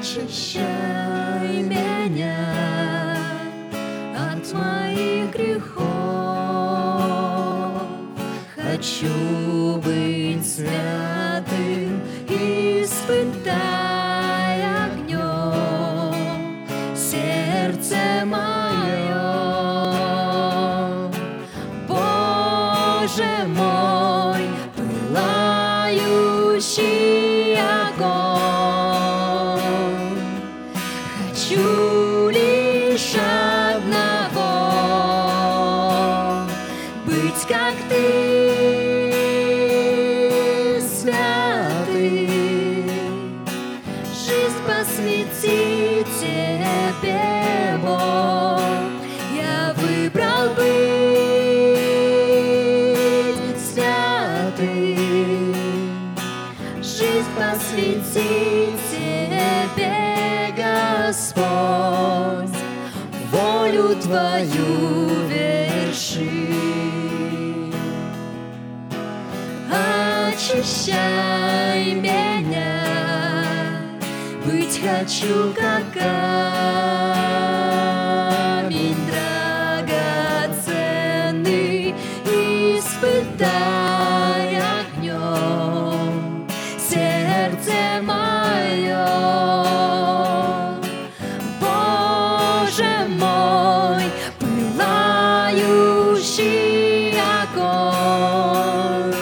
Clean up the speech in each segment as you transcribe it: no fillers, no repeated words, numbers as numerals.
очищай меня от моих грехов. Хочу быть святым, испытай огнем сердце мое. Боже мой, пылающий огонь, хочу лишь одного — быть как ты, святый, жизнь посвятить тебе, Бог. Я выбрал быть святым, жизнь посвятить тебе, Господь, волю Твою верши. Очищай меня, быть хочу как камень драгоценный, испытай огнем сердце мое. Боже мой, пылающий огонь,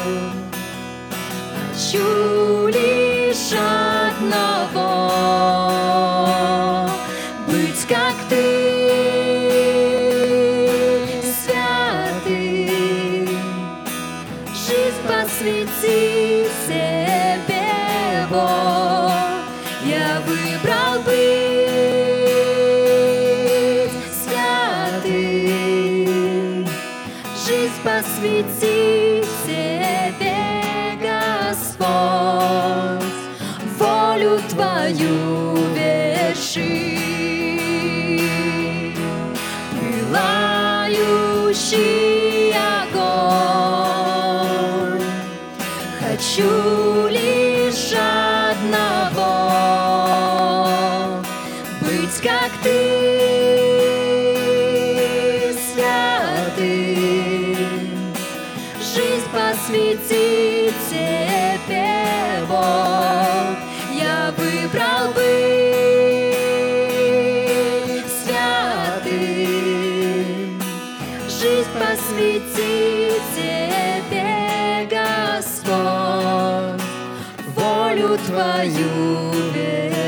хочу лишь одного — быть как ты, святый, жизнь посвятить тебе, Бог. Я выбрал быть святым, жизнь посвятить тебе, Господь, волю Твою верши. Пылающий огонь, хочу лишь одного — быть как ты, святый, жизнь посвятить тебе, Бог. Я выбрал быть святым, жизнь посвятить тебе, Господь, волю Твою верши.